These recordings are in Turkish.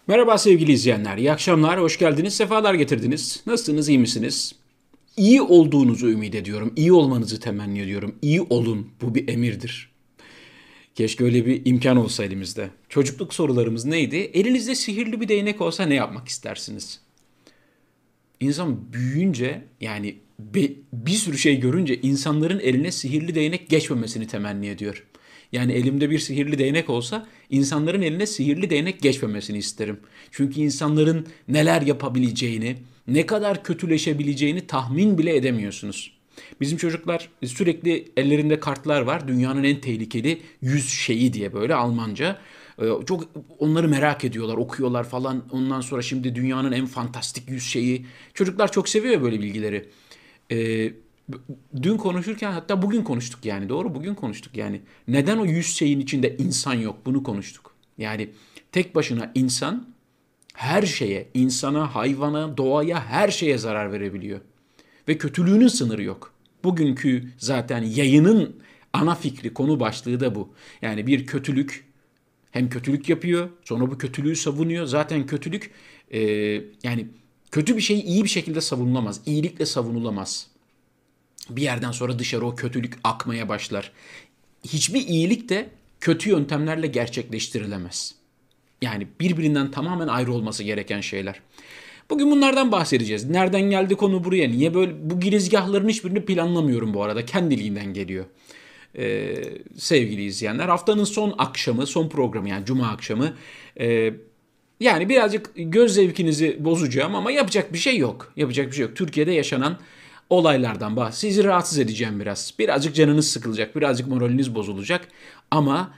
Merhaba sevgili izleyenler, iyi akşamlar, hoş geldiniz, sefalar getirdiniz. Nasılsınız, iyi misiniz? İyi olduğunuzu ümit ediyorum, iyi olmanızı temenni ediyorum. İyi olun, bu bir emirdir. Keşke öyle bir imkan olsa elimizde. Çocukluk sorularımız neydi? Elinizde sihirli bir değnek olsa ne yapmak istersiniz? İnsan büyüyünce yani bir sürü şey görünce insanların eline sihirli değnek geçmemesini temenni ediyor. Yani elimde bir sihirli değnek olsa insanların eline sihirli değnek geçmemesini isterim. Çünkü insanların neler yapabileceğini, ne kadar kötüleşebileceğini tahmin bile edemiyorsunuz. Bizim çocuklar sürekli ellerinde kartlar var. Dünyanın en tehlikeli 100 şeyi diye böyle Almanca. Çok onları merak ediyorlar, okuyorlar falan. Ondan sonra şimdi dünyanın en fantastik 100 şeyi. Çocuklar çok seviyor böyle bilgileri. Ee, Dün konuşurken hatta bugün konuştuk yani doğru bugün konuştuk yani. Neden o 100 şeyin içinde insan yok bunu konuştuk. Yani tek başına insan her şeye, insana, hayvana, doğaya her şeye zarar verebiliyor. Ve kötülüğünün sınırı yok. Bugünkü zaten yayının ana fikri, konu başlığı da bu. Yani bir kötülük hem kötülük yapıyor, sonra bu kötülüğü savunuyor. Zaten kötülük e, yani kötü bir şey iyi bir şekilde savunulamaz. İyilikle savunulamaz. Bir yerden sonra dışarı o kötülük akmaya başlar. Hiçbir iyilik de kötü yöntemlerle gerçekleştirilemez. Yani birbirinden tamamen ayrı olması gereken şeyler. Bugün bunlardan bahsedeceğiz. Nereden geldi konu buraya? Niye böyle bu girizgahların hiçbirini planlamıyorum bu arada. Kendiliğinden geliyor. Sevgili izleyenler haftanın son akşamı, son programı yani cuma akşamı. Yani birazcık göz zevkinizi bozacağım ama yapacak bir şey yok. Yapacak bir şey yok. Türkiye'de yaşanan olaylardan Sizi rahatsız edeceğim biraz. Birazcık canınız sıkılacak, birazcık moraliniz bozulacak. Ama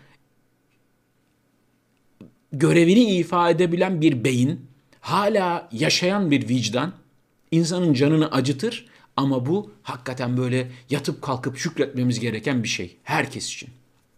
görevini ifa edebilen bir beyin, hala yaşayan bir vicdan insanın canını acıtır ama bu hakikaten böyle yatıp kalkıp şükretmemiz gereken bir şey herkes için.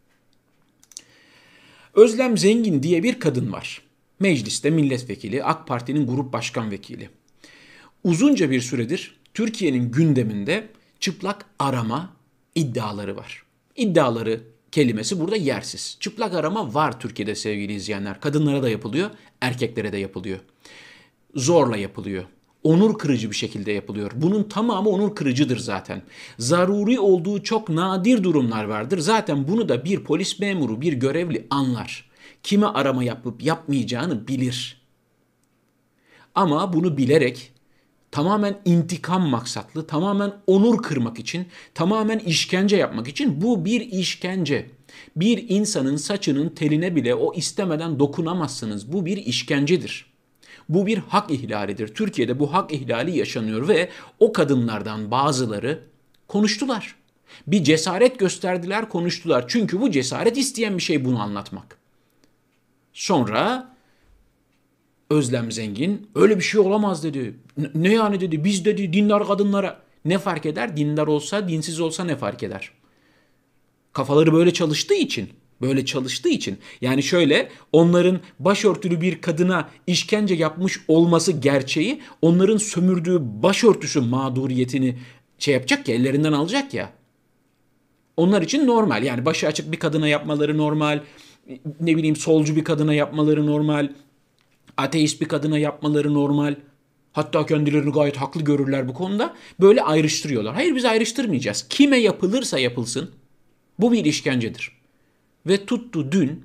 Özlem Zengin diye bir kadın var. Mecliste milletvekili, AK Parti'nin grup başkan vekili. Uzunca bir süredir Türkiye'nin gündeminde çıplak arama iddiaları var. İddiaları kelimesi burada yersiz. Çıplak arama var Türkiye'de sevgili izleyenler. Kadınlara da yapılıyor, erkeklere de yapılıyor. Zorla yapılıyor. Onur kırıcı bir şekilde yapılıyor. Bunun tamamı onur kırıcıdır zaten. Zaruri olduğu çok nadir durumlar vardır. Zaten bunu da bir polis memuru, bir görevli anlar. Kime arama yapıp yapmayacağını bilir. Ama bunu bilerek tamamen intikam maksatlı, tamamen onur kırmak için, tamamen işkence yapmak için bu bir işkence. Bir insanın saçının teline bile o istemeden dokunamazsınız. Bu bir işkencedir. Bu bir hak ihlalidir. Türkiye'de bu hak ihlali yaşanıyor ve o kadınlardan bazıları konuştular. Bir cesaret gösterdiler, konuştular. Çünkü bu cesaret isteyen bir şey bunu anlatmak. Sonra Özlem Zengin öyle bir şey olamaz dedi. Ne yani dedi biz dedi dindar kadınlara ne fark eder? Dindar olsa dinsiz olsa ne fark eder? Kafaları böyle çalıştığı için yani şöyle onların başörtülü bir kadına işkence yapmış olması gerçeği onların sömürdüğü başörtüsü mağduriyetini şey yapacak ya ellerinden alacak ya. Onlar için normal yani başı açık bir kadına yapmaları normal, ne bileyim solcu bir kadına yapmaları normal, ateist bir kadına yapmaları normal. Hatta kendilerini gayet haklı görürler bu konuda. Böyle ayrıştırıyorlar. Hayır biz ayrıştırmayacağız. Kime yapılırsa yapılsın bu bir işkencedir. Ve tuttu dün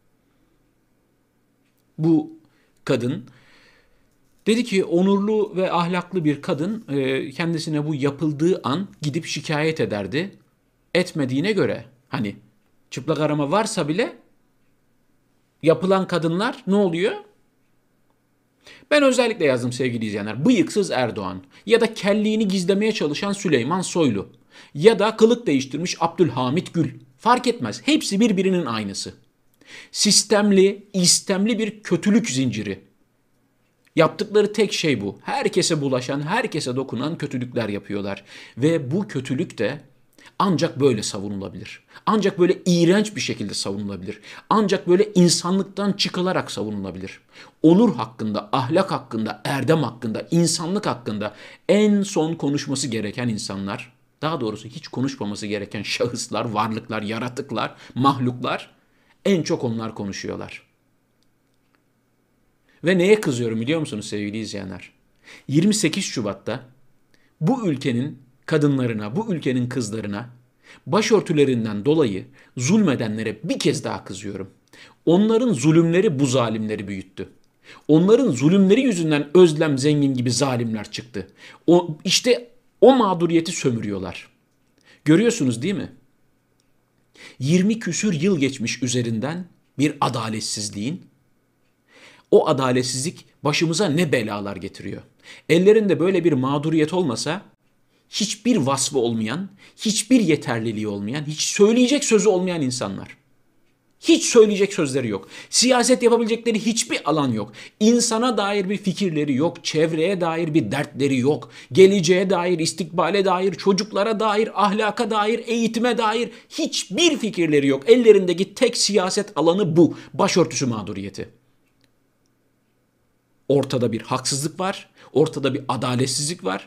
bu kadın dedi ki onurlu ve ahlaklı bir kadın kendisine bu yapıldığı an gidip şikayet ederdi. Etmediğine göre hani çıplak arama varsa bile yapılan kadınlar ne oluyor? Ben özellikle yazdım sevgili izleyenler. Bıyıksız Erdoğan ya da kelliğini gizlemeye çalışan Süleyman Soylu ya da kılık değiştirmiş Abdülhamit Gül. Fark etmez. Hepsi birbirinin aynısı. Sistemli, istemli bir kötülük zinciri. Yaptıkları tek şey bu. Herkese bulaşan, herkese dokunan kötülükler yapıyorlar. Ve bu kötülük de ancak böyle savunulabilir. Ancak böyle iğrenç bir şekilde savunulabilir. Ancak böyle insanlıktan çıkılarak savunulabilir. Onur hakkında, ahlak hakkında, erdem hakkında, insanlık hakkında en son konuşması gereken insanlar, daha doğrusu hiç konuşmaması gereken şahıslar, varlıklar, yaratıklar, mahluklar en çok onlar konuşuyorlar. Ve neye kızıyorum biliyor musunuz sevgili izleyenler? 28 Şubat'ta bu ülkenin kadınlarına, bu ülkenin kızlarına başörtülerinden dolayı zulmedenlere bir kez daha kızıyorum. Onların zulümleri bu zalimleri büyüttü. Onların zulümleri yüzünden Özlem Zengin gibi zalimler çıktı. İşte o mağduriyeti sömürüyorlar. Görüyorsunuz değil mi? 20 küsür yıl geçmiş üzerinden bir adaletsizliğin. O adaletsizlik başımıza ne belalar getiriyor. Ellerinde böyle bir mağduriyet olmasa hiçbir vasfı olmayan, hiçbir yeterliliği olmayan, hiç söyleyecek sözü olmayan insanlar. Hiç söyleyecek sözleri yok. Siyaset yapabilecekleri hiçbir alan yok. İnsana dair bir fikirleri yok. Çevreye dair bir dertleri yok. Geleceğe dair, istikbale dair, çocuklara dair, ahlaka dair, eğitime dair hiçbir fikirleri yok. Ellerindeki tek siyaset alanı bu. Başörtüsü mağduriyeti. Ortada bir haksızlık var. Ortada bir adaletsizlik var.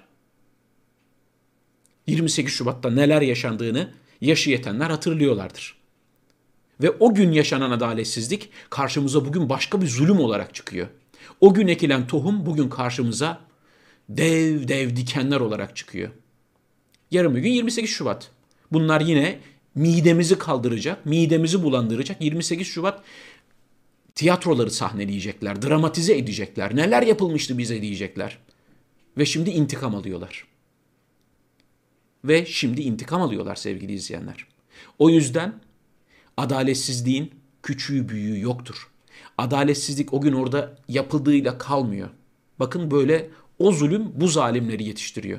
28 Şubat'ta neler yaşandığını yaşı yetenler hatırlıyorlardır. Ve o gün yaşanan adaletsizlik karşımıza bugün başka bir zulüm olarak çıkıyor. O gün ekilen tohum bugün karşımıza dev dev dikenler olarak çıkıyor. Yarın bir gün 28 Şubat. Bunlar yine midemizi kaldıracak, midemizi bulandıracak. 28 Şubat tiyatroları sahneleyecekler, dramatize edecekler. Neler yapılmıştı bize diyecekler. Ve şimdi intikam alıyorlar. Ve şimdi intikam alıyorlar sevgili izleyenler. O yüzden adaletsizliğin küçüğü büyüğü yoktur. Adaletsizlik o gün orada yapıldığıyla kalmıyor. Bakın böyle o zulüm bu zalimleri yetiştiriyor.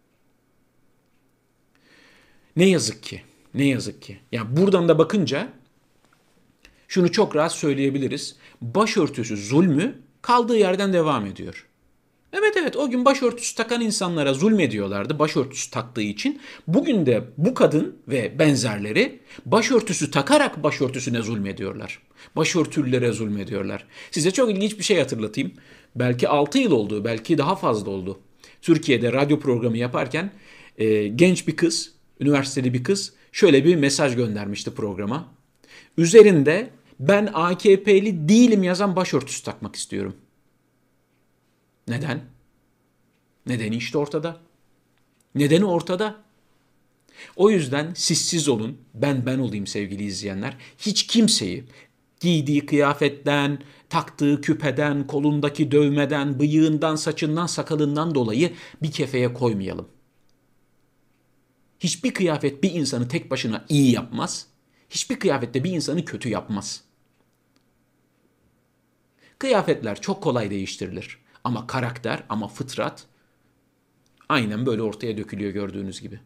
Ne yazık ki, ne yazık ki. Yani buradan da bakınca şunu çok rahat söyleyebiliriz. Başörtüsü zulmü kaldığı yerden devam ediyor. Evet o gün başörtüsü takan insanlara zulmediyorlardı başörtüsü taktığı için. Bugün de bu kadın ve benzerleri başörtüsü takarak başörtüsüne zulmediyorlar. Başörtülülere zulmediyorlar. Size çok ilginç bir şey hatırlatayım. Belki 6 yıl oldu, belki daha fazla oldu. Türkiye'de radyo programı yaparken genç bir kız, üniversiteli bir kız şöyle bir mesaj göndermişti programa. Üzerinde ben AKP'li değilim yazan başörtüsü takmak istiyorum. Neden? Nedeni işte ortada. Nedeni ortada. O yüzden siz olun, ben olayım sevgili izleyenler. Hiç kimseyi giydiği kıyafetten, taktığı küpeden, kolundaki dövmeden, bıyığından, saçından, sakalından dolayı bir kefeye koymayalım. Hiçbir kıyafet bir insanı tek başına iyi yapmaz. Hiçbir kıyafet de bir insanı kötü yapmaz. Kıyafetler çok kolay değiştirilir. Ama karakter, ama fıtrat aynen böyle ortaya dökülüyor gördüğünüz gibi.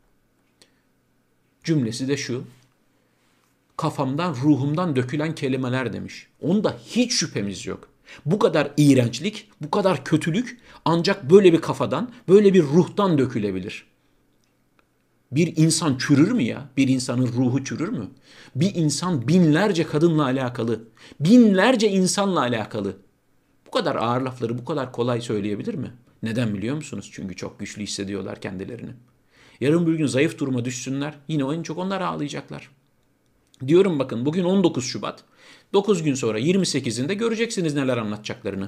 Cümlesi de şu. Kafamdan, ruhumdan dökülen kelimeler demiş. Onda hiç şüphemiz yok. Bu kadar iğrençlik, bu kadar kötülük ancak böyle bir kafadan, böyle bir ruhtan dökülebilir. Bir insan çürür mü ya? Bir insanın ruhu çürür mü? Bir insan binlerce kadınla alakalı, binlerce insanla alakalı bu kadar ağır lafları bu kadar kolay söyleyebilir mi? Neden biliyor musunuz? Çünkü çok güçlü hissediyorlar kendilerini. Yarın bir gün zayıf duruma düşsünler, yine en çok onlar ağlayacaklar. Diyorum bakın bugün 19 Şubat, 9 gün sonra 28'inde göreceksiniz neler anlatacaklarını.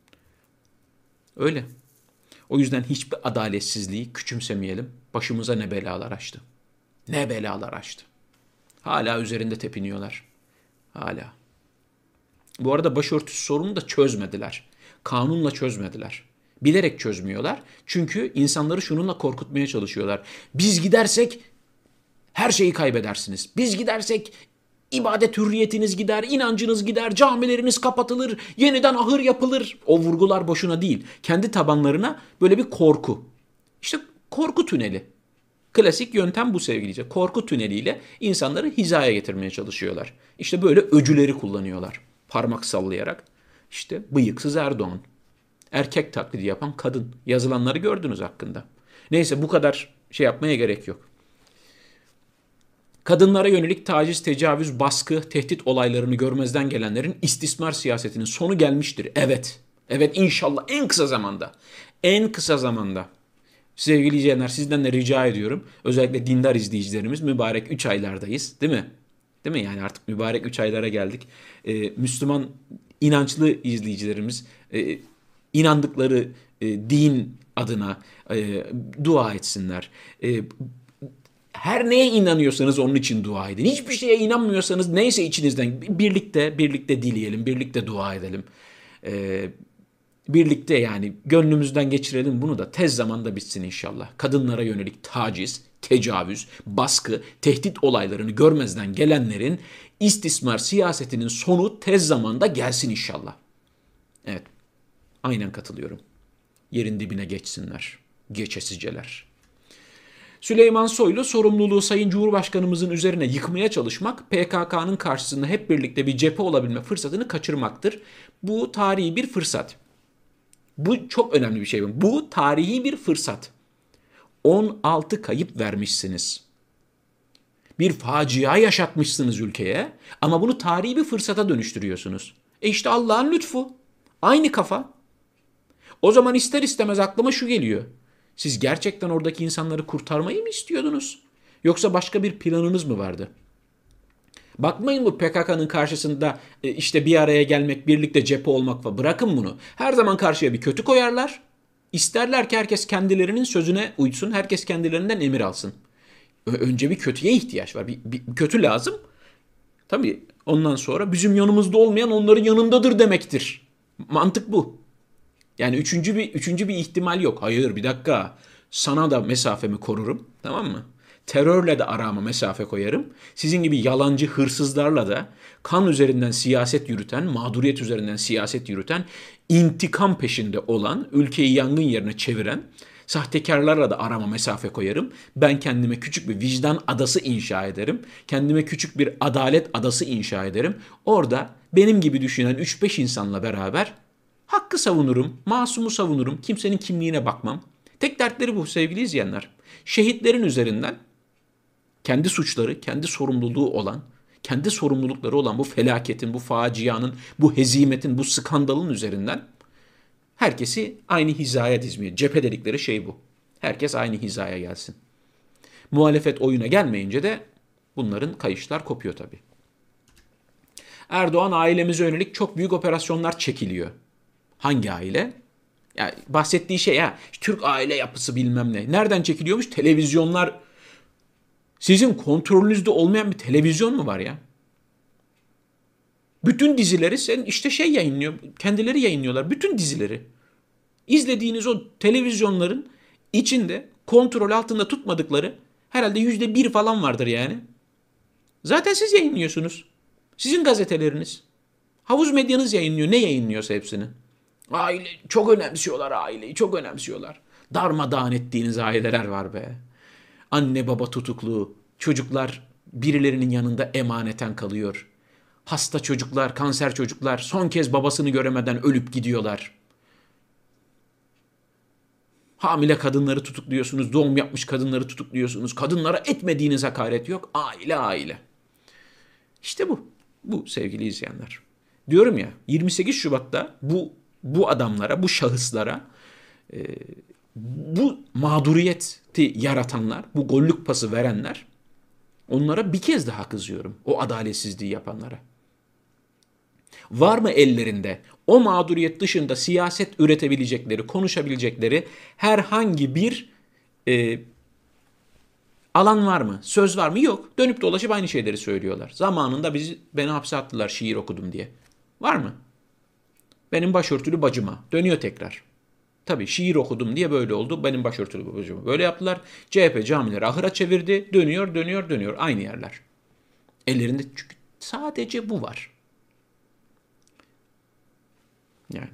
Öyle. O yüzden hiçbir adaletsizliği küçümsemeyelim. Başımıza ne belalar açtı. Ne belalar açtı. Hala üzerinde tepiniyorlar. Hala. Bu arada başörtüsü sorununu da çözmediler. Kanunla çözmediler. Bilerek çözmüyorlar. Çünkü insanları şununla korkutmaya çalışıyorlar. Biz gidersek her şeyi kaybedersiniz. Biz gidersek ibadet hürriyetiniz gider, inancınız gider, camileriniz kapatılır, yeniden ahır yapılır. O vurgular boşuna değil. Kendi tabanlarına böyle bir korku. İşte korku tüneli. Klasik yöntem bu sevgilice. Korku tüneliyle insanları hizaya getirmeye çalışıyorlar. İşte böyle öcüleri kullanıyorlar. Parmak sallayarak. İşte bıyıksız Erdoğan. Erkek taklidi yapan kadın. Yazılanları gördünüz hakkında. Neyse bu kadar şey yapmaya gerek yok. Kadınlara yönelik taciz, tecavüz, baskı, tehdit olaylarını görmezden gelenlerin istismar siyasetinin sonu gelmiştir. Evet. Evet inşallah en kısa zamanda. En kısa zamanda. Sevgili izleyenler sizden de rica ediyorum. Özellikle dindar izleyicilerimiz mübarek 3 aylardayız değil mi? Değil mi? Yani artık mübarek 3 aylara geldik. Müslüman inançlı izleyicilerimiz inandıkları din adına dua etsinler. Her neye inanıyorsanız onun için dua edin. Hiçbir şeye inanmıyorsanız neyse içinizden birlikte dileyelim, birlikte dua edelim. Birlikte yani gönlümüzden geçirelim bunu da tez zamanda bitsin inşallah. Kadınlara yönelik taciz, tecavüz, baskı, tehdit olaylarını görmezden gelenlerin istismar siyasetinin sonu tez zamanda gelsin inşallah. Evet, aynen katılıyorum. Yerin dibine geçsinler, geçesizceler. Süleyman Soylu sorumluluğu Sayın Cumhurbaşkanımızın üzerine yıkmaya çalışmak PKK'nın karşısında hep birlikte bir cephe olabilme fırsatını kaçırmaktır. Bu tarihi bir fırsat. Bu çok önemli bir şey. Bu tarihi bir fırsat. 16 kayıp vermişsiniz. Bir facia yaşatmışsınız ülkeye ama bunu tarihi bir fırsata dönüştürüyorsunuz. İşte Allah'ın lütfu. Aynı kafa. O zaman ister istemez aklıma şu geliyor. Siz gerçekten oradaki insanları kurtarmayı mı istiyordunuz? Yoksa başka bir planınız mı vardı? Bakmayın bu PKK'nın karşısında işte bir araya gelmek, birlikte cephe olmak falan. Bırakın bunu. Her zaman karşıya bir kötü koyarlar. İsterler ki herkes kendilerinin sözüne uysun. Herkes kendilerinden emir alsın. Önce bir kötüye ihtiyaç var. Bir kötü lazım. Tabii ondan sonra bizim yanımızda olmayan onların yanındadır demektir. Mantık bu. Yani üçüncü bir ihtimal yok. Hayır bir dakika. Sana da mesafemi korurum. Tamam mı? Terörle de arama mesafe koyarım. Sizin gibi yalancı hırsızlarla da kan üzerinden siyaset yürüten, mağduriyet üzerinden siyaset yürüten, intikam peşinde olan, ülkeyi yangın yerine çeviren sahtekarlarla da arama mesafe koyarım. Ben kendime küçük bir vicdan adası inşa ederim. Kendime küçük bir adalet adası inşa ederim. Orada benim gibi düşünen 3-5 insanla beraber hakkı savunurum, masumu savunurum, kimsenin kimliğine bakmam. Tek dertleri bu sevgili izleyenler. Şehitlerin üzerinden kendi suçları, kendi sorumluluğu olan, kendi sorumlulukları olan bu felaketin, bu facianın, bu hezimetin, bu skandalın üzerinden herkesi aynı hizaya dizmeye. Cephe dedikleri şey bu. Herkes aynı hizaya gelsin. Muhalefet oyuna gelmeyince de bunların kayışlar kopuyor tabii. Erdoğan ailemize yönelik çok büyük operasyonlar çekiliyor. Hangi aile? Yani bahsettiği şey ya Türk aile yapısı bilmem ne. Nereden çekiliyormuş? Televizyonlar. Sizin kontrolünüzde olmayan bir televizyon mu var ya? Bütün dizileri sen işte yayınlıyor. Kendileri yayınlıyorlar. Bütün dizileri. İzlediğiniz o televizyonların içinde kontrol altında tutmadıkları herhalde %1 falan vardır yani. Zaten siz yayınlıyorsunuz. Sizin gazeteleriniz. Havuz medyanız yayınlıyor. Ne yayınlıyorsa hepsini. Aile çok önemsiyorlar aileyi. Çok önemsiyorlar. Darmadağın ettiğiniz aileler var be. Anne baba tutuklu. Çocuklar birilerinin yanında emaneten kalıyor. Hasta çocuklar, kanser çocuklar son kez babasını göremeden ölüp gidiyorlar. Hamile kadınları tutukluyorsunuz, doğum yapmış kadınları tutukluyorsunuz. Kadınlara etmediğiniz hakaret yok. Aile aile. İşte bu. Bu sevgili izleyenler. Diyorum ya 28 Şubat'ta bu adamlara, bu şahıslara bu mağduriyeti yaratanlar, bu gollük pası verenler onlara bir kez daha kızıyorum. O adaletsizliği yapanlara. Var mı ellerinde o mağduriyet dışında siyaset üretebilecekleri, konuşabilecekleri herhangi bir alan var mı? Söz var mı? Yok. Dönüp dolaşıp aynı şeyleri söylüyorlar. Zamanında beni hapse attılar şiir okudum diye. Var mı? Benim başörtülü bacıma. Dönüyor tekrar. Tabii şiir okudum diye böyle oldu. Benim başörtülü bacıma. Böyle yaptılar. CHP camileri ahıra çevirdi. Dönüyor. Aynı yerler. Ellerinde çünkü sadece bu var. Yani.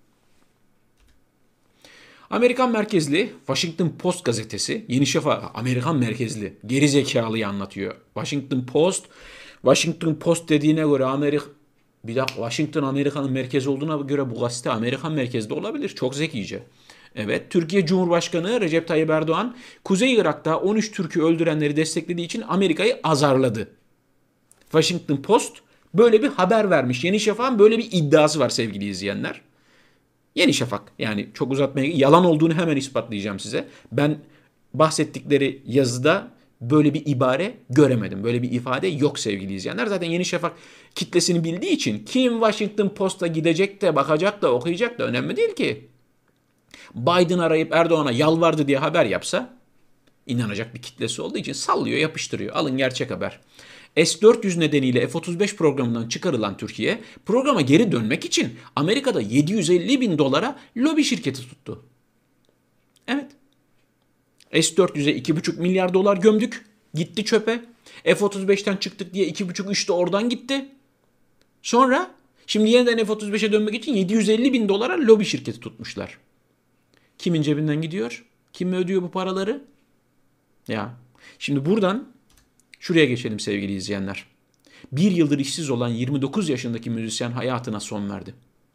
Amerikan merkezli Washington Post gazetesi Yeni Şafak Amerikan merkezli geri zekalıyı anlatıyor. Washington Post dediğine göre Washington Amerika'nın merkezi olduğuna göre bu gazete Amerikan merkezli olabilir. Çok zekice. Evet, Türkiye Cumhurbaşkanı Recep Tayyip Erdoğan Kuzey Irak'ta 13 Türk'ü öldürenleri desteklediği için Amerika'yı azarladı. Washington Post böyle bir haber vermiş. Yeni Şafak'ın böyle bir iddiası var sevgili izleyenler. Yeni Şafak yani çok uzatmaya yalan olduğunu hemen ispatlayacağım size. Ben bahsettikleri yazıda Böyle bir ibare göremedim. Böyle bir ifade yok sevgili izleyenler. Zaten Yeni Şafak kitlesini bildiği için kim Washington Post'a gidecek de bakacak da okuyacak da önemli değil ki. Biden arayıp Erdoğan'a yalvardı diye haber yapsa inanacak bir kitlesi olduğu için sallıyor, yapıştırıyor. Alın gerçek haber. S-400 nedeniyle F-35 programından çıkarılan Türkiye, programa geri dönmek için Amerika'da 750 bin dolara lobi şirketi tuttu. Evet. S-400'e 2,5 milyar dolar gömdük. Gitti çöpe. F-35'ten çıktık diye 2,5-3 de oradan gitti. Sonra şimdi yeniden F-35'e dönmek için 750 bin dolara lobi şirketi tutmuşlar. Kimin cebinden gidiyor? Kim ödüyor bu paraları? Ya şimdi buradan şuraya geçelim sevgili izleyenler. Bir yıldır işsiz olan 29 yaşındaki müzisyen hayatına son verdi.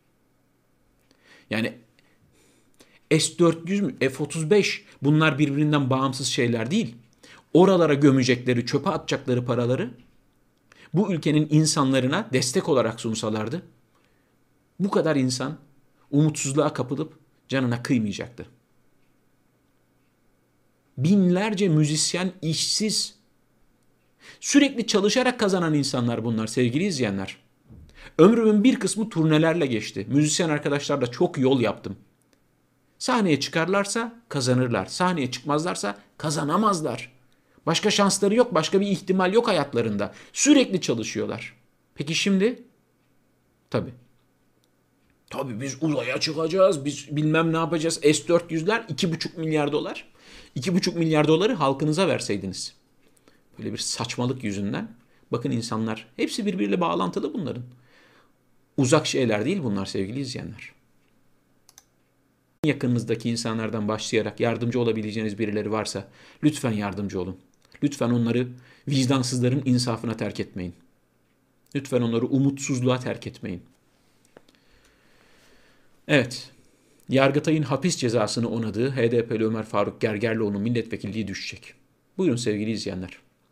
Yani S-400 mü, F-35 bunlar birbirinden bağımsız şeyler değil. Oralara gömecekleri, çöpe atacakları paraları bu ülkenin insanlarına destek olarak sunsalardı bu kadar insan umutsuzluğa kapılıp canına kıymayacaktı. Binlerce müzisyen işsiz. Sürekli çalışarak kazanan insanlar bunlar sevgili izleyenler. Ömrümün bir kısmı turnelerle geçti. Müzisyen arkadaşlarla çok yol yaptım. Sahneye çıkarlarsa kazanırlar. Sahneye çıkmazlarsa kazanamazlar. Başka şansları yok, başka bir ihtimal yok hayatlarında. Sürekli çalışıyorlar. Peki şimdi? Tabii. Tabii biz uzaya çıkacağız, biz bilmem ne yapacağız. S-400'ler 2,5 milyar dolar. 2,5 milyar doları halkınıza verseydiniz. Böyle bir saçmalık yüzünden. Bakın insanlar hepsi birbiriyle bağlantılı bunların. Uzak şeyler değil bunlar sevgili izleyenler. Yakınınızdaki insanlardan başlayarak yardımcı olabileceğiniz birileri varsa lütfen yardımcı olun. Lütfen onları vicdansızların insafına terk etmeyin. Lütfen onları umutsuzluğa terk etmeyin. Evet, Yargıtay'ın hapis cezasını onadığı HDP'li Ömer Faruk Gergerlioğlu'nun milletvekilliği düşecek. Buyurun sevgili izleyenler.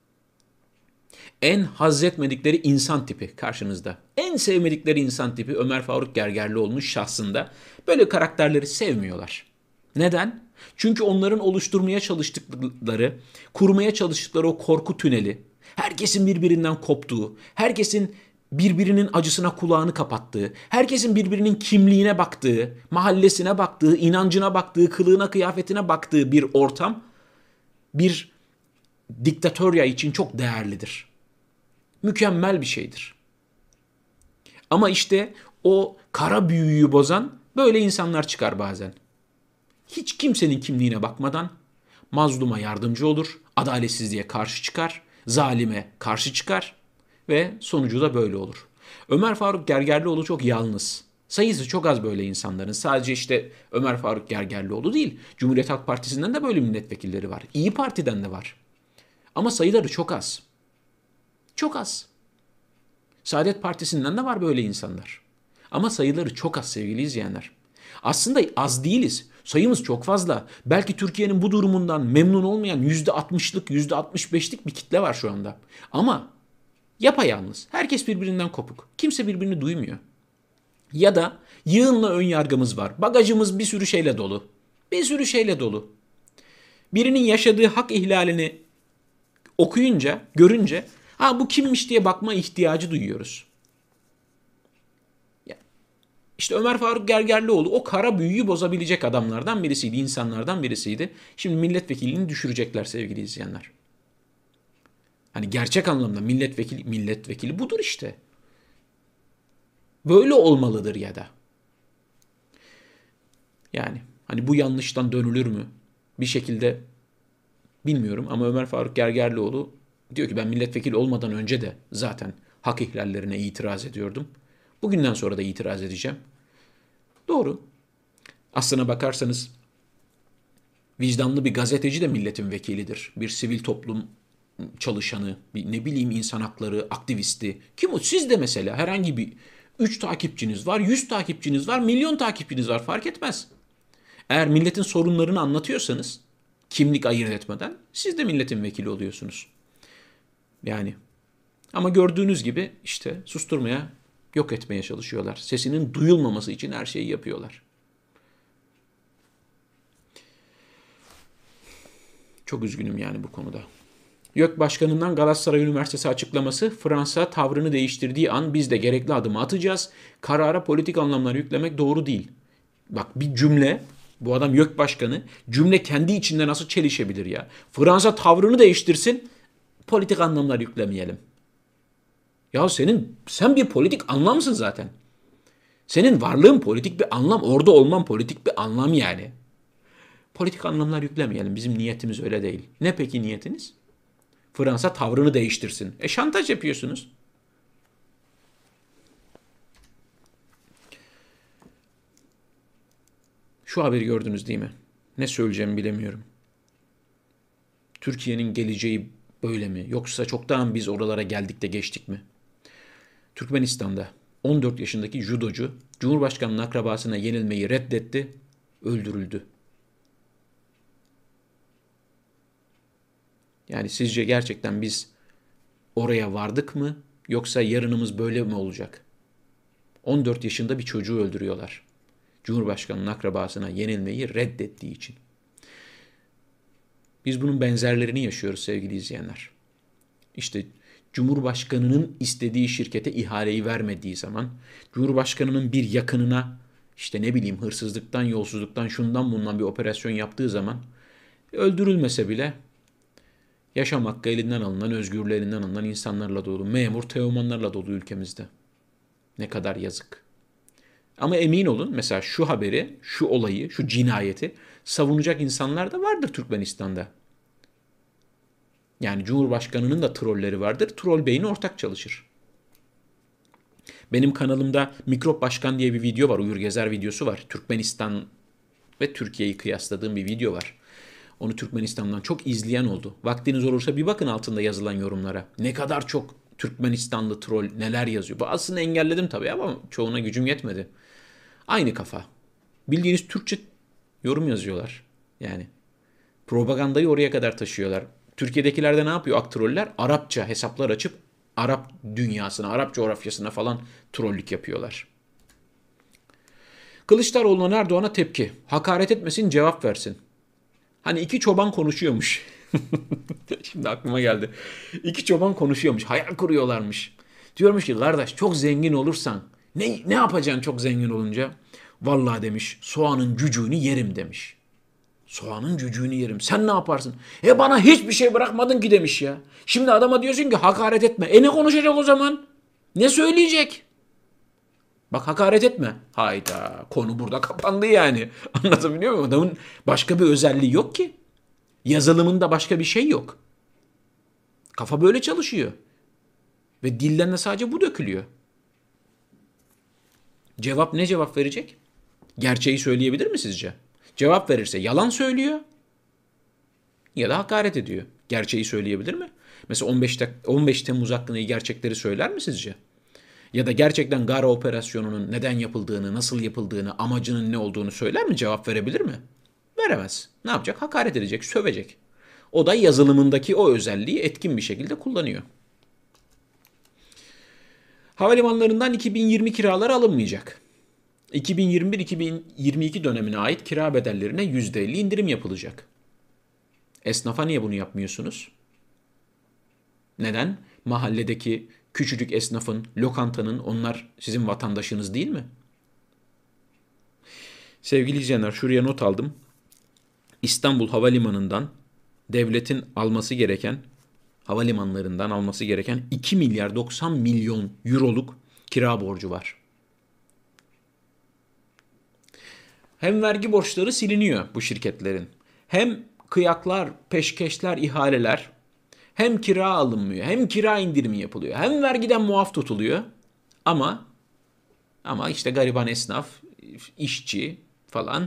En haz etmedikleri insan tipi karşınızda. En sevmedikleri insan tipi Ömer Faruk Gergerlioğlu'nun şahsında. Böyle karakterleri sevmiyorlar. Neden? Çünkü onların oluşturmaya çalıştıkları, kurmaya çalıştıkları o korku tüneli, herkesin birbirinden koptuğu, herkesin birbirinin acısına kulağını kapattığı, herkesin birbirinin kimliğine baktığı, mahallesine baktığı, inancına baktığı, kılığına, kıyafetine baktığı bir ortam, bir diktatörya için çok değerlidir. Mükemmel bir şeydir. Ama işte o kara büyüyü bozan böyle insanlar çıkar bazen. Hiç kimsenin kimliğine bakmadan mazluma yardımcı olur, adaletsizliğe karşı çıkar, zalime karşı çıkar ve sonucu da böyle olur. Ömer Faruk Gergerlioğlu çok yalnız. Sayısı çok az böyle insanların. Sadece işte Ömer Faruk Gergerlioğlu değil, Cumhuriyet Halk Partisi'nden de böyle milletvekilleri var. İyi Parti'den de var. Ama sayıları çok az. Çok az. Saadet Partisi'nden de var böyle insanlar. Ama sayıları çok az sevgili izleyenler. Aslında az değiliz. Sayımız çok fazla. Belki Türkiye'nin bu durumundan memnun olmayan %60'lık, %65'lik bir kitle var şu anda. Ama yapayalnız. Herkes birbirinden kopuk. Kimse birbirini duymuyor. Ya da yığınla ön yargımız var. Bagajımız bir sürü şeyle dolu. Bir sürü şeyle dolu. Birinin yaşadığı hak ihlalini okuyunca, görünce ha bu kimmiş diye bakma ihtiyacı duyuyoruz. İşte Ömer Faruk Gergerlioğlu o kara büyüyü bozabilecek adamlardan birisiydi, insanlardan birisiydi. Şimdi milletvekilliğini düşürecekler sevgili izleyenler. Hani gerçek anlamda milletvekili budur işte. Böyle olmalıdır ya da. Yani hani bu yanlıştan dönülür mü? Bir şekilde bilmiyorum ama Ömer Faruk Gergerlioğlu diyor ki ben milletvekili olmadan önce de zaten hak ihlallerine itiraz ediyordum. Bugünden sonra da itiraz edeceğim. Doğru. Aslına bakarsanız vicdanlı bir gazeteci de milletin vekilidir. Bir sivil toplum çalışanı, bir ne bileyim insan hakları aktivisti. Kim o? Siz de mesela herhangi bir 3 takipçiniz var, 100 takipçiniz var, milyon takipçiniz var fark etmez. Eğer milletin sorunlarını anlatıyorsanız kimlik ayırt etmeden siz de milletin vekili oluyorsunuz. Yani ama gördüğünüz gibi işte susturmaya, yok etmeye çalışıyorlar. Sesinin duyulmaması için her şeyi yapıyorlar. Çok üzgünüm yani bu konuda. YÖK Başkanı'ndan Galatasaray Üniversitesi açıklaması, Fransa tavrını değiştirdiği an biz de gerekli adımı atacağız. Karara politik anlamlar yüklemek doğru değil. Bak bir cümle, bu adam YÖK Başkanı, cümle kendi içinde nasıl çelişebilir ya? Fransa tavrını değiştirsin, politik anlamlar yüklemeyelim. Ya sen bir politik anlamsın zaten. Senin varlığın politik bir anlam, orada olman politik bir anlam yani. Politik anlamlar yüklemeyelim. Bizim niyetimiz öyle değil. Ne peki niyetiniz? Fransa tavrını değiştirsin. Şantaj yapıyorsunuz. Şu haberi gördünüz değil mi? Ne söyleyeceğimi bilemiyorum. Türkiye'nin geleceği böyle mi? Yoksa çoktan biz oralara geldik de geçtik mi? Türkmenistan'da 14 yaşındaki judocu Cumhurbaşkanı'nın akrabasına yenilmeyi reddetti, öldürüldü. Yani sizce gerçekten biz oraya vardık mı yoksa yarınımız böyle mi olacak? 14 yaşında bir çocuğu öldürüyorlar. Cumhurbaşkanı'nın akrabasına yenilmeyi reddettiği için. Biz bunun benzerlerini yaşıyoruz sevgili izleyenler. İşte Cumhurbaşkanı'nın istediği şirkete ihaleyi vermediği zaman, Cumhurbaşkanı'nın bir yakınına işte ne bileyim hırsızlıktan, yolsuzluktan, şundan bundan bir operasyon yaptığı zaman öldürülmese bile yaşam hakkı elinden alınan, özgürlüğü elinden alınan insanlarla dolu, memur, teomanlarla dolu ülkemizde. Ne kadar yazık. Ama emin olun mesela şu haberi, şu olayı, şu cinayeti savunacak insanlar da vardır Türkmenistan'da. Yani Cumhurbaşkanı'nın da trolleri vardır. Troll beyni ortak çalışır. Benim kanalımda Mikrop Başkan diye bir video var. Uyur Gezer videosu var. Türkmenistan ve Türkiye'yi kıyasladığım bir video var. Onu Türkmenistan'dan çok izleyen oldu. Vaktiniz olursa bir bakın altında yazılan yorumlara. Ne kadar çok Türkmenistanlı troll neler yazıyor. Bazısını engelledim tabii ama çoğuna gücüm yetmedi. Aynı kafa. Bildiğiniz Türkçe yorum yazıyorlar. Yani propagandayı oraya kadar taşıyorlar. Türkiye'dekiler de ne yapıyor aktroller? Arapça hesaplar açıp Arap dünyasına, Arap coğrafyasına falan trollük yapıyorlar. Kılıçdaroğlu'na Erdoğan'a tepki. Hakaret etmesin, cevap versin. Hani iki çoban konuşuyormuş. Şimdi aklıma geldi. İki çoban konuşuyormuş. Hayal kuruyorlarmış. Diyormuş ki kardeş çok zengin olursan ne yapacaksın çok zengin olunca? Vallahi demiş soğanın cücüğünü yerim demiş. Soğanın cücüğünü yerim. Sen ne yaparsın? Bana hiçbir şey bırakmadın ki demiş ya. Şimdi adama diyorsun ki hakaret etme. Ne konuşacak o zaman? Ne söyleyecek? Bak hakaret etme. Hayda konu burada kapandı yani. Anlatabiliyor muyum? Adamın başka bir özelliği yok ki. Yazılımında başka bir şey yok. Kafa böyle çalışıyor. Ve dilden de sadece bu dökülüyor. Ne cevap verecek? Gerçeği söyleyebilir mi sizce? Cevap verirse yalan söylüyor ya da hakaret ediyor. Gerçeği söyleyebilir mi? Mesela 15 Temmuz hakkındaki gerçekleri söyler mi sizce? Ya da gerçekten Gara operasyonunun neden yapıldığını, nasıl yapıldığını, amacının ne olduğunu söyler mi? Cevap verebilir mi? Veremez. Ne yapacak? Hakaret edecek, sövecek. O da yazılımındaki o özelliği etkin bir şekilde kullanıyor. Havalimanlarından 2020 kiraları alınmayacak. 2021-2022 dönemine ait kira bedellerine %50 indirim yapılacak. Esnafa niye bunu yapmıyorsunuz? Neden? Mahalledeki küçücük esnafın, lokantanın onlar sizin vatandaşınız değil mi? Sevgili izleyenler şuraya not aldım. İstanbul Havalimanı'ndan devletin alması gereken, havalimanlarından alması gereken 2 milyar 90 milyon euroluk kira borcu var. Hem vergi borçları siliniyor bu şirketlerin. Hem kıyaklar, peşkeşler, ihaleler, hem kira alınmıyor, hem kira indirimi yapılıyor, hem vergiden muaf tutuluyor. Ama işte gariban esnaf, işçi falan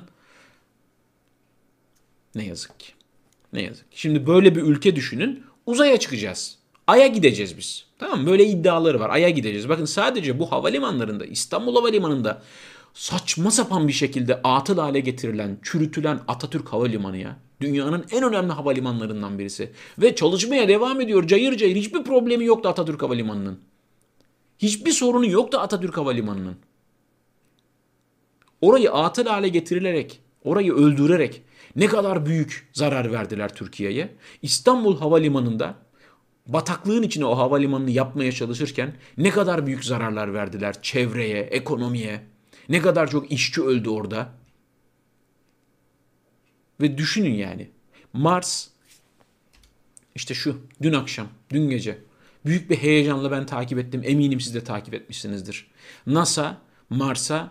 ne yazık ki. Ne yazık ki. Şimdi böyle bir ülke düşünün. Uzaya çıkacağız. Ay'a gideceğiz biz. Tamam mı? Böyle iddiaları var. Ay'a gideceğiz. Bakın sadece bu havalimanlarında, İstanbul Havalimanı'nda saçma sapan bir şekilde atıl hale getirilen, çürütülen Atatürk Havalimanı ya. Dünyanın en önemli havalimanlarından birisi. Ve çalışmaya devam ediyor cayır cayır. Hiçbir problemi yoktu Atatürk Havalimanı'nın. Hiçbir sorunu yoktu Atatürk Havalimanı'nın. Orayı atıl hale getirilerek, orayı öldürerek ne kadar büyük zarar verdiler Türkiye'ye. İstanbul Havalimanı'nda Bataklığın içine o havalimanını yapmaya çalışırken ne kadar büyük zararlar verdiler çevreye, ekonomiye. Ne kadar çok işçi öldü orada. Ve düşünün yani. Mars işte dün akşam, dün gece büyük bir heyecanla ben takip ettim. Eminim siz de takip etmişsinizdir. NASA Mars'a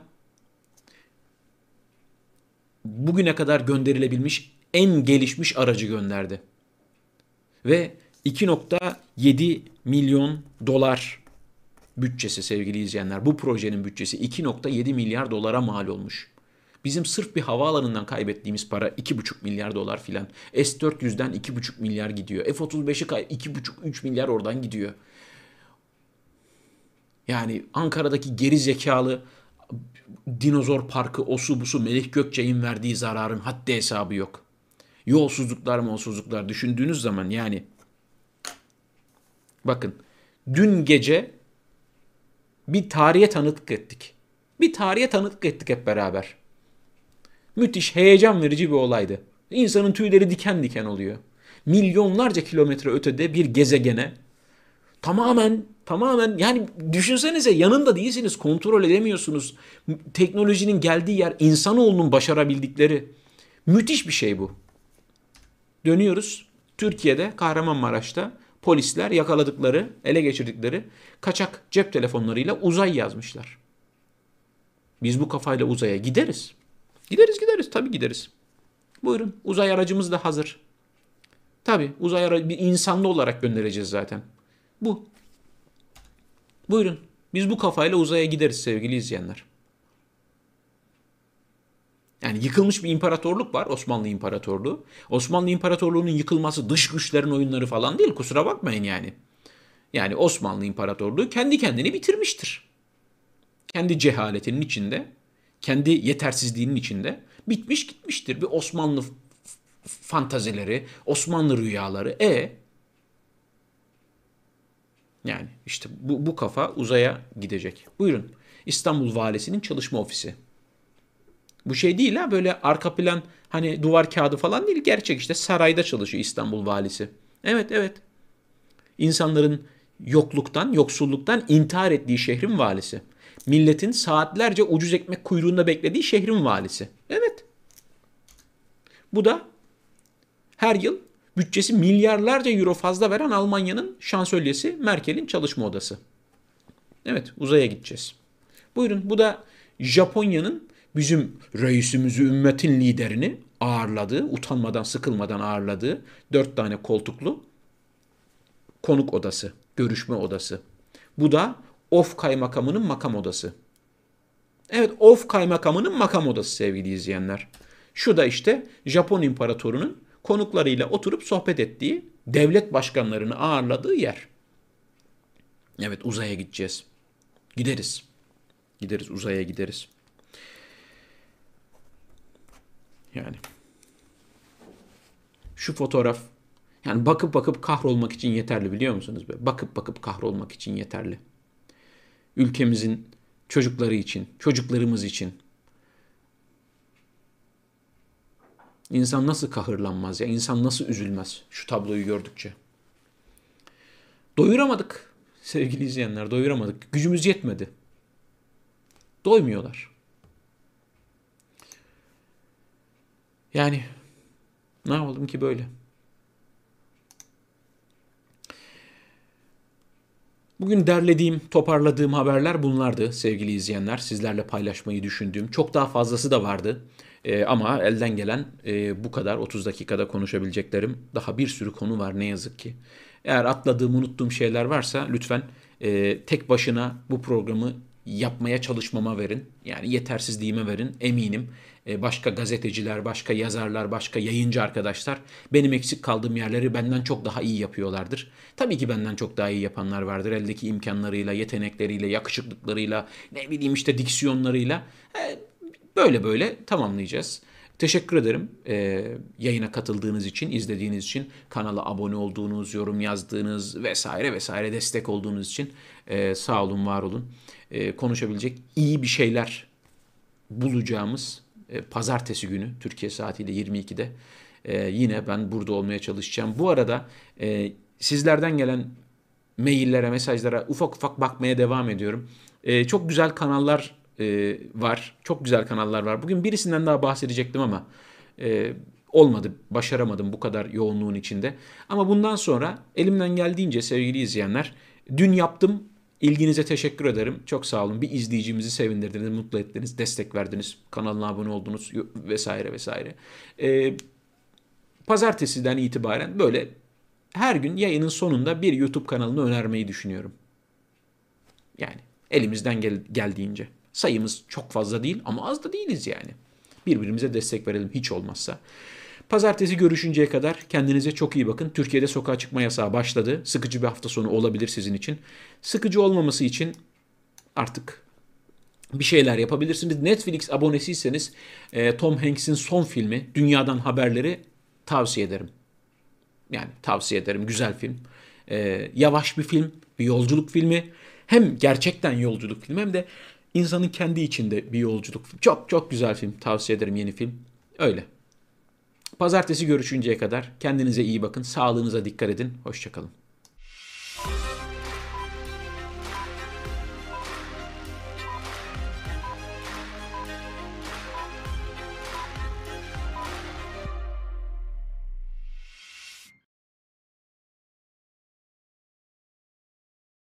bugüne kadar gönderilebilmiş en gelişmiş aracı gönderdi. Ve 2,7 milyon dolar bütçesi sevgili izleyenler. Bu projenin bütçesi 2,7 milyar dolara mal olmuş. Bizim sırf bir havaalanından kaybettiğimiz para 2,5 milyar dolar filan. S-400'den 2,5 milyar gidiyor. F-35'i 2,5-3 milyar oradan gidiyor. Yani Ankara'daki geri zekalı dinozor parkı osu busu Melih Gökçe'nin verdiği zararın haddi hesabı yok. Yolsuzluklar düşündüğünüz zaman yani bakın dün gece bir tarihe tanıklık ettik. Bir tarihe tanıklık ettik hep beraber. Müthiş, heyecan verici bir olaydı. İnsanın tüyleri diken diken oluyor. Milyonlarca kilometre ötede bir gezegene tamamen yani düşünsenize yanında değilsiniz, kontrol edemiyorsunuz. Teknolojinin geldiği yer, insanoğlunun başarabildikleri. Müthiş bir şey bu. Dönüyoruz. Türkiye'de, Kahramanmaraş'ta polisler yakaladıkları, ele geçirdikleri kaçak cep telefonlarıyla uzay yazmışlar. Biz bu kafayla uzaya gideriz. Gideriz. Tabii gideriz. Buyurun. Uzay aracımız da hazır. Tabii uzay aracı bir insanlı olarak göndereceğiz zaten. Bu. Buyurun. Biz bu kafayla uzaya gideriz sevgili izleyenler. Yani yıkılmış bir imparatorluk var, Osmanlı İmparatorluğu. Osmanlı İmparatorluğu'nun yıkılması dış güçlerin oyunları falan değil, kusura bakmayın yani. Yani Osmanlı İmparatorluğu kendi kendini bitirmiştir. Kendi cehaletinin içinde, kendi yetersizliğinin içinde bitmiş gitmiştir. Bir Osmanlı fantazileri, Osmanlı rüyaları. Yani işte bu kafa uzaya gidecek. Buyurun. İstanbul Valisi'nin çalışma ofisi. Bu şey değil ha, böyle arka plan hani duvar kağıdı falan değil, gerçek işte sarayda çalışıyor İstanbul Valisi. Evet. İnsanların yokluktan, yoksulluktan intihar ettiği şehrin valisi. Milletin saatlerce ucuz ekmek kuyruğunda beklediği şehrin valisi. Evet. Bu da her yıl bütçesi milyarlarca euro fazla veren Almanya'nın şansölyesi Merkel'in çalışma odası. Evet, uzaya gideceğiz. Buyurun, bu da Japonya'nın bizim reisimizi, ümmetin liderini ağırladığı, utanmadan sıkılmadan ağırladığı 4 tane koltuklu konuk odası, görüşme odası. Bu da Of Kaymakamı'nın makam odası. Evet, Of Kaymakamı'nın makam odası sevgili izleyenler. Şu da işte Japon imparatorunun konuklarıyla oturup sohbet ettiği, devlet başkanlarını ağırladığı yer. Evet, uzaya gideceğiz. Gideriz. Gideriz, uzaya gideriz. Yani şu fotoğraf yani bakıp kahrolmak için yeterli, biliyor musunuz? Bakıp kahrolmak için yeterli. Ülkemizin çocukları için, çocuklarımız için. İnsan nasıl kahırlanmaz ya? İnsan nasıl üzülmez şu tabloyu gördükçe? Doyuramadık sevgili izleyenler, doyuramadık. Gücümüz yetmedi. Doymuyorlar. Yani ne yapalım ki böyle? Bugün derlediğim, toparladığım haberler bunlardı sevgili izleyenler. Sizlerle paylaşmayı düşündüğüm. Çok daha fazlası da vardı. Ama elden gelen bu kadar 30 dakikada konuşabileceklerim. Daha bir sürü konu var ne yazık ki. Eğer atladığım, unuttuğum şeyler varsa lütfen tek başına bu programı yapmaya çalışmama verin. Yani yetersizliğime verin. Eminim başka gazeteciler, başka yazarlar, başka yayıncı arkadaşlar benim eksik kaldığım yerleri benden çok daha iyi yapıyorlardır. Tabii ki benden çok daha iyi yapanlar vardır. Eldeki imkanlarıyla, yetenekleriyle, yakışıklıklarıyla, ne bileyim işte diksiyonlarıyla. Böyle tamamlayacağız. Teşekkür ederim yayına katıldığınız için, izlediğiniz için, kanala abone olduğunuz, yorum yazdığınız vesaire destek olduğunuz için sağ olun, var olun. Konuşabilecek iyi bir şeyler bulacağımız pazartesi günü Türkiye saatiyle 22'de yine ben burada olmaya çalışacağım. Bu arada Sizlerden gelen maillere, mesajlara ufak ufak bakmaya devam ediyorum. Çok güzel kanallar var. Çok güzel kanallar var. Bugün birisinden daha bahsedecektim ama e, olmadı. Başaramadım bu kadar yoğunluğun içinde. Ama bundan sonra elimden geldiğince sevgili izleyenler, dün yaptım. İlginize teşekkür ederim. Çok sağ olun. Bir izleyicimizi sevindirdiniz, mutlu ettiniz, destek verdiniz, kanalına abone oldunuz vesaire vesaire. Pazartesiden itibaren böyle her gün yayının sonunda bir YouTube kanalını önermeyi düşünüyorum. Yani elimizden geldiğince. Sayımız çok fazla değil ama az da değiliz yani. Birbirimize destek verelim hiç olmazsa. Pazartesi görüşünceye kadar kendinize çok iyi bakın. Türkiye'de sokağa çıkma yasağı başladı. Sıkıcı bir hafta sonu olabilir sizin için. Sıkıcı olmaması için artık bir şeyler yapabilirsiniz. Netflix abonesiyseniz Tom Hanks'in son filmi Dünyadan Haberleri tavsiye ederim. Yani tavsiye ederim. Güzel film. Yavaş bir film. Bir yolculuk filmi. Hem gerçekten yolculuk filmi hem de insanın kendi içinde bir yolculuk filmi. Çok çok güzel film. Tavsiye ederim, yeni film. Öyle. Pazartesi görüşünceye kadar kendinize iyi bakın. Sağlığınıza dikkat edin. Hoşçakalın.